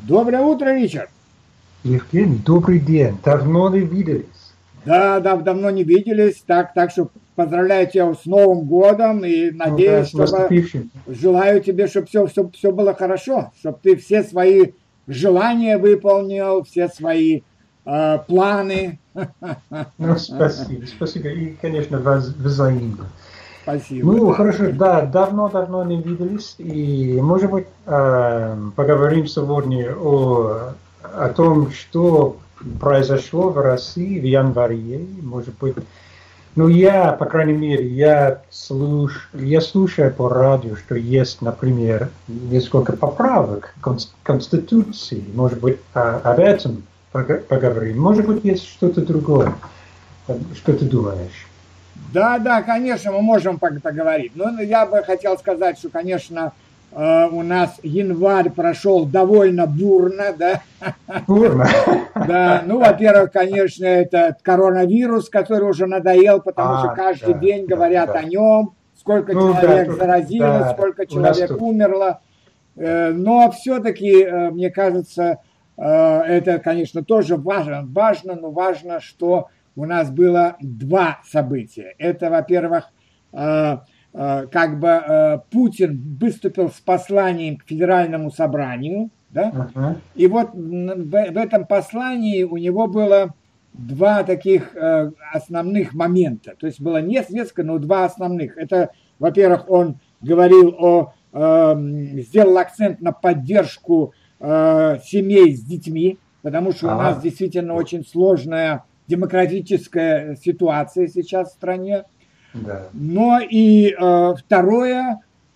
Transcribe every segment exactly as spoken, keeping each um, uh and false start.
Доброе утро, Ричард. Евгений, добрый день. Давно не виделись. Да, да, давно не виделись, так, так что поздравляю тебя с Новым годом и Ну да, надеюсь, с чтобы наступившим. желаю тебе, чтобы все, все, все было хорошо, чтобы ты все свои желания выполнил, все свои э, планы. Ну, спасибо, спасибо. И, конечно, воз- взаимно. Спасибо, Ну, да. хорошо, да, давно-давно не виделись. И, может быть, э, поговорим сегодня о, о том, что произошло в России в январе. Может быть, ну, я, по крайней мере, я, слуш... я слушаю по радио, что есть, например, несколько поправок к Конс- Конституции. Может быть, о- об этом пога- поговорим. Может быть, есть что-то другое. Что ты думаешь? Да, да, конечно, мы можем пог- поговорить. Но я бы хотел сказать, что, конечно, э, у нас январь прошел довольно бурно, да. Бурно. Да, ну, во-первых, конечно, это коронавирус, который уже надоел, потому что А, каждый да, день да, говорят о да. нем, сколько Ну, да, человек тут, заразилось, да, сколько у нас человек тут. умерло. Э, Но все-таки, мне кажется, э, это, конечно, тоже важно, важно, но важно, что у нас было два события. Это, во-первых, э, э, как бы э, Путин выступил с посланием к Федеральному собранию, да, Ага, и вот в, в этом послании у него было два таких э, основных момента. То есть было не несколько, но два основных. Это, во-первых, он говорил о, э, сделал акцент на поддержку э, семей с детьми, потому что у нас а, действительно очень сложная демократическая ситуация сейчас в стране. да. Но и э, второе, э,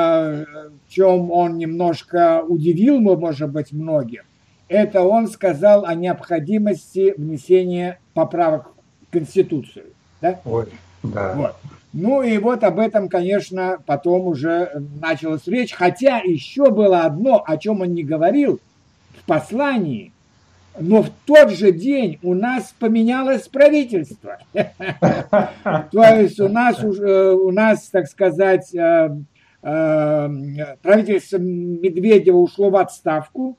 в чем он немножко удивил, может быть, многих, это он сказал о необходимости внесения поправок в Конституцию. Да? Ой, да. Вот. Ну и вот об этом, конечно, потом уже началась речь. Хотя еще было одно, о чем он не говорил в послании, но в тот же день у нас поменялось правительство. То есть у нас, уже, у нас, так сказать, э, э, правительство Медведева ушло в отставку,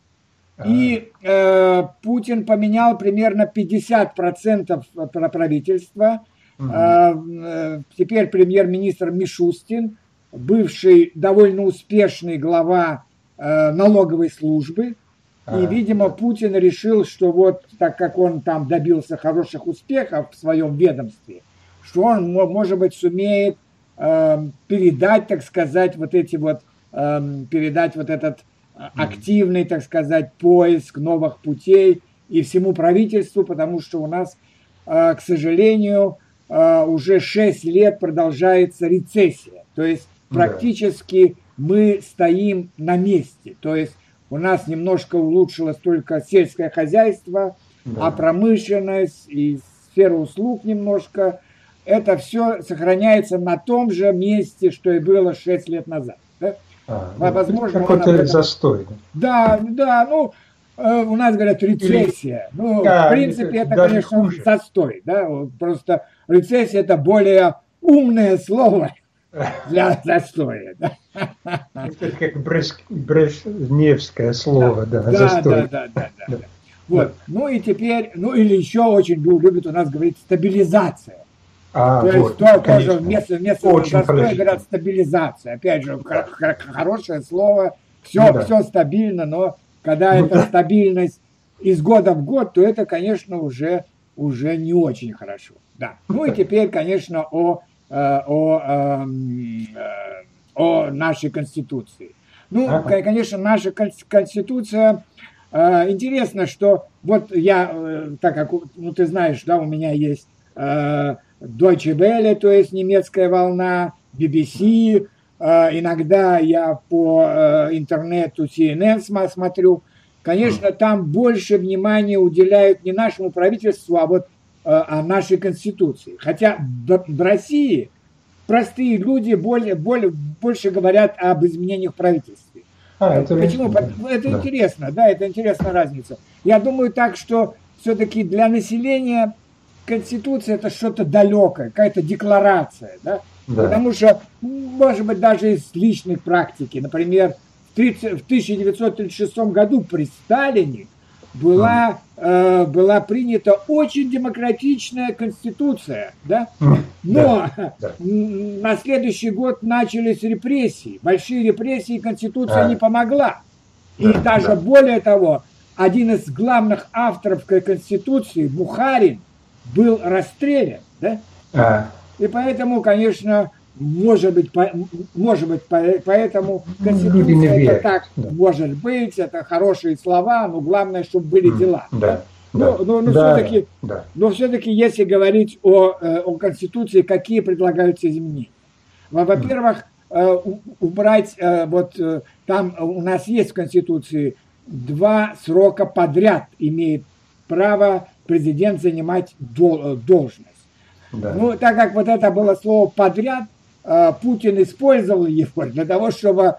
А, и э, Путин поменял примерно пятьдесят процентов правительства. мгм. Э, э, теперь премьер-министр Мишустин, бывший довольно успешный глава э, налоговой службы. И, А, видимо, да. Путин решил, что вот так как он там добился хороших успехов в своем ведомстве, что он, может быть, сумеет э, передать, так сказать, вот эти вот, э, передать вот этот Мгм. активный, так сказать, поиск новых путей и всему правительству, потому что у нас, э, к сожалению, э, уже шесть лет продолжается рецессия. То есть Да, практически мы стоим на месте. То есть у нас немножко улучшилось только сельское хозяйство, а да. промышленность и сфера услуг немножко. Это все сохраняется на том же месте, что и было шесть лет назад. Да? А, ну, Возможно, он об какой-то этом... застой. Да, да, ну, э, у нас говорят Или, рецессия. Ну, в а, принципе, это это, даже конечно, хуже. застой. Да? Просто рецессия – это более умное слово для застоя. Да? Это как бреш- брежневское Да, слово, да, да, да, застой. да, да, да, Да, да. да. Вот. Ну и теперь, ну или еще очень лю- любят у нас говорить стабилизация. А, То есть вот, то, тоже конечно, вместо, вместо очень застоя говорят положительно. стабилизация. Опять же, хор- Да. хор- хорошее слово, Ну все, да. все стабильно, но когда Ну эта да. стабильность из года в год, то это, конечно, уже, уже не очень хорошо. Да. Ну и теперь, конечно, о, э, о, эм, э, о нашей Конституции. Ну, Ага. конечно, наша Конституция, э, интересно, что вот я, э, так как, ну ты знаешь, да, у меня есть э, Deutsche Welle, то есть немецкая волна, би би си, э, иногда я по э, интернету си эн эн смотрю. М. Конечно, там больше внимания уделяют не нашему правительству, а вот э, а нашей Конституции. Хотя в, в России простые люди более, более, больше говорят об изменениях в правительстве. А, Почему? интересно, да. Это Да. интересно, да, это интересная разница. Я думаю так, что все-таки для населения Конституция это что-то далекое, какая-то декларация, да, Да. потому что, может быть, даже из личной практики, например, в в тысяча девятьсот тридцать шестом году при Сталине была, э, была принята очень демократичная конституция, да? Но да, да. на следующий год начались репрессии, большие репрессии, конституция а. не помогла. И да, даже да. более того, один из главных авторов конституции, Бухарин, был расстрелян, да? А. И поэтому, конечно, может быть, по, может быть, по, поэтому конституция это так да. может быть, это хорошие слова, но главное, чтобы были дела. Да. Да? Но, да. но, но да. все-таки, да. но все-таки, если говорить о, о конституции, какие предлагаются изменения? Во-первых, убрать, вот там у нас есть в конституции два срока подряд имеет право президент занимать должность. Да. Ну, так как вот это было слово «подряд», Путин использовал его для того, чтобы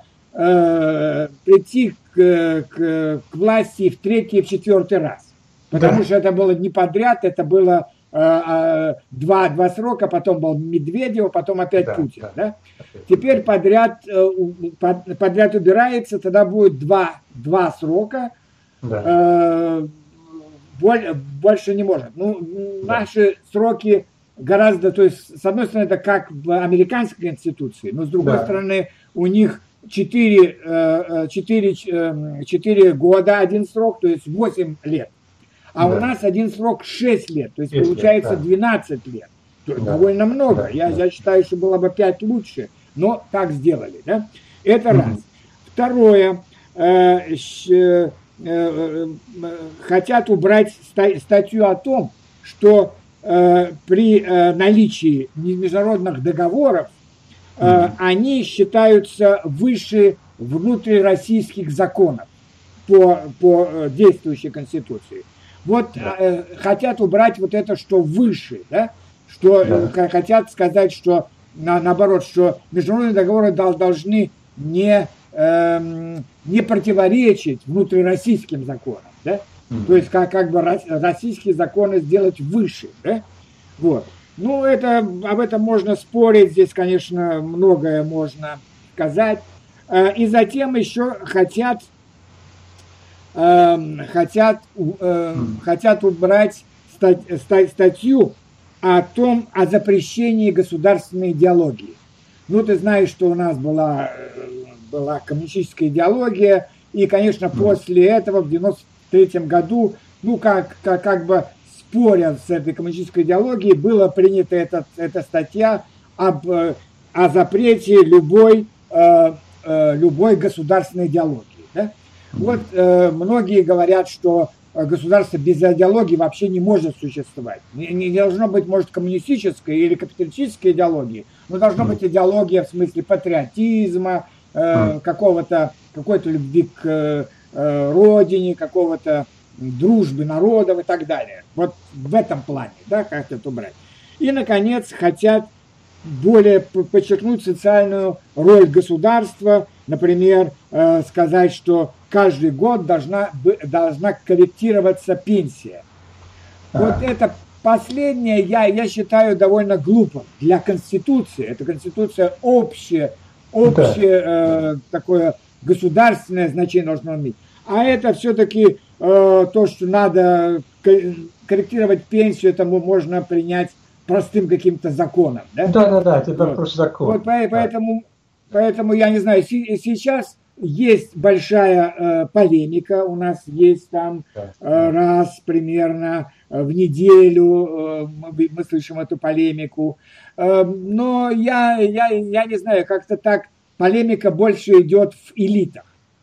э, прийти к, к, к власти в третий и в четвертый раз. Потому да. что это было не подряд, это было э, э, два, два срока, потом был Медведев, потом опять да, Путин. Да. Да? Теперь подряд, э, под, подряд убирается, тогда будет два, два срока. Да. Э, боль, больше не может. Ну, да. Наши сроки гораздо, то есть, с одной стороны, это как в американской конституции, но с другой да. стороны, у них четыре, четыре, четыре года один срок, то есть восемь лет. А да. у нас один срок шесть лет, то есть шесть получается лет, да. двенадцать лет. Да. Довольно много. Да. Я, да. я считаю, что было бы пять лучше, но так сделали. Да? Это mm-hmm. раз. Второе. Э, э, э, хотят убрать ста- статью о том, что при наличии международных договоров mm-hmm. они считаются выше внутрироссийских законов по, по действующей Конституции. Вот yeah. хотят убрать вот это, что выше, да? Что yeah. хотят сказать, что на, наоборот, что международные договоры должны не, эм, не противоречить внутрироссийским законам, да? Mm-hmm. То есть как, как бы российские законы сделать выше. Да? Вот. Ну, это, об этом можно спорить, здесь, конечно, многое можно сказать. И затем еще хотят, э, хотят, э, mm-hmm. хотят убрать стать, стать, статью о том, о запрещении государственной идеологии. Ну, ты знаешь, что у нас была, была коммунистическая идеология, и, конечно, mm-hmm. после этого в девяносто третьем году, ну, как, как, как бы споря с этой коммунистической идеологией, была принята эта, эта статья об, о запрете любой, э, э, любой государственной идеологии. Да? Вот э, многие говорят, что государство без идеологии вообще не может существовать. Не, не должно быть, может, коммунистической или капиталистической идеологии, но должна быть идеология в смысле патриотизма, э, какого-то, какой-то любви к родине, какого-то дружбы народов и так далее. Вот в этом плане, да, как это убрать. И, наконец, хотят более подчеркнуть социальную роль государства, например, э, сказать, что каждый год должна, должна корректироваться пенсия. А. Вот это последнее, я, я считаю, довольно глупым для Конституции. Это Конституция общая, общее да. э, такое государственное значение должно иметь. А это все-таки э, то, что надо корректировать пенсию, это можно принять простым каким-то законом. Да, да, да, да, это вот. Просто закон. Вот, поэтому, да. поэтому, я не знаю, сейчас есть большая э, полемика, у нас есть там да. э, раз примерно в неделю э, мы, мы слышим эту полемику. Э, но я, я, я не знаю, как-то так полемика больше идет в элитах.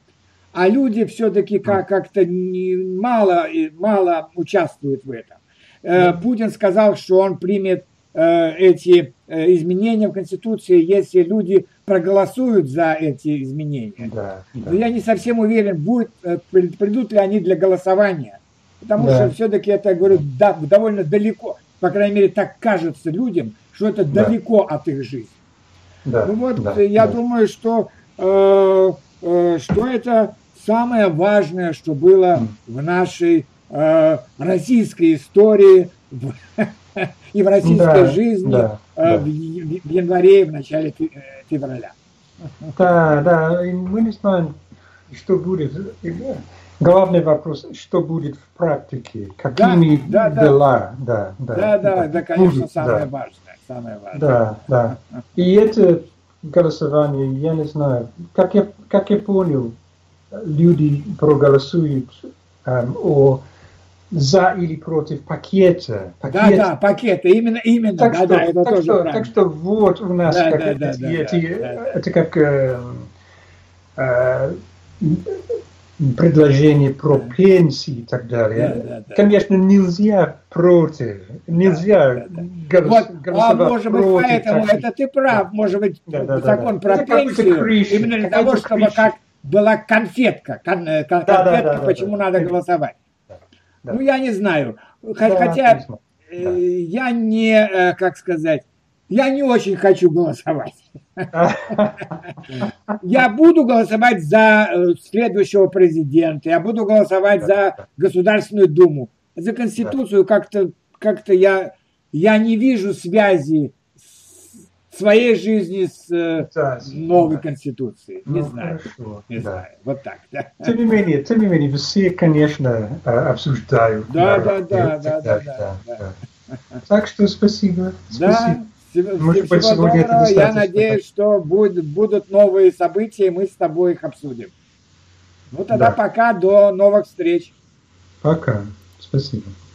А люди все-таки как- как-то не, мало, мало участвуют в этом. Э, Путин сказал, что он примет э, эти э, изменения в Конституции, если люди проголосуют за эти изменения. Да, да. Но я не совсем уверен, будет, э, придут ли они для голосования. Потому да. что все-таки это, я говорю, да, довольно далеко. По крайней мере, так кажется людям, что это да. далеко от их жизни. Да, ну вот, да, я да. думаю, что, э, э, что это самое важное, что было в нашей э, российской истории в, и в российской да, жизни да, э, да. В, в январе и в начале февраля. Да, да, мы не знаем, что будет, главный вопрос, что будет в практике, какими да, да, дела, да, да, да, да, да, да, конечно, будут, самое да. важное, самое важное. Да, да. И это голосование, я не знаю, как я, как я понял, люди проголосуют эм, о за или против пакета. Да, Пакет. да, пакеты, именно, именно, Так да, что, да, это так тоже что, правильно. так что вот у нас Да, как да, да, эти, да, эти, да, да. это как э, э, предложение про пенсии и так далее. Да, да, да. Конечно, нельзя против, нельзя Да, да, да. голос, Вот, голосовать а может быть, против. поэтому так, это ты прав, да. может быть, Да, да, да, закон да. про Это какой-то пенсию, крыша, именно для какая-то того, чтобы крыша. как была конфетка, кон, кон- Да, да, конфетка, да, да, почему да. надо голосовать. Да, да. Ну, я не знаю. Х- Да, Хотя конечно. э, Да. я не, э, как сказать, я не очень хочу голосовать. Я буду голосовать за э, следующего президента, я буду голосовать за Государственную Думу. За Конституцию как-то как-то я, я не вижу связи с своей жизни с э, Да, новой да. Конституцией. Не Ну, знаю. хорошо, Не да. знаю. Вот так, да. Тем не менее, тем не менее, все, конечно, э, обсуждают. Да, на да, радио да, и да, так да, далее, да, да. да. Так что спасибо. Да, Спасибо. всего, Может быть, всего сегодня это доброго. Я достаточно. надеюсь, что будет, будут новые события, и мы с тобой их обсудим. Ну тогда Да. пока, до новых встреч. Пока. Спасибо.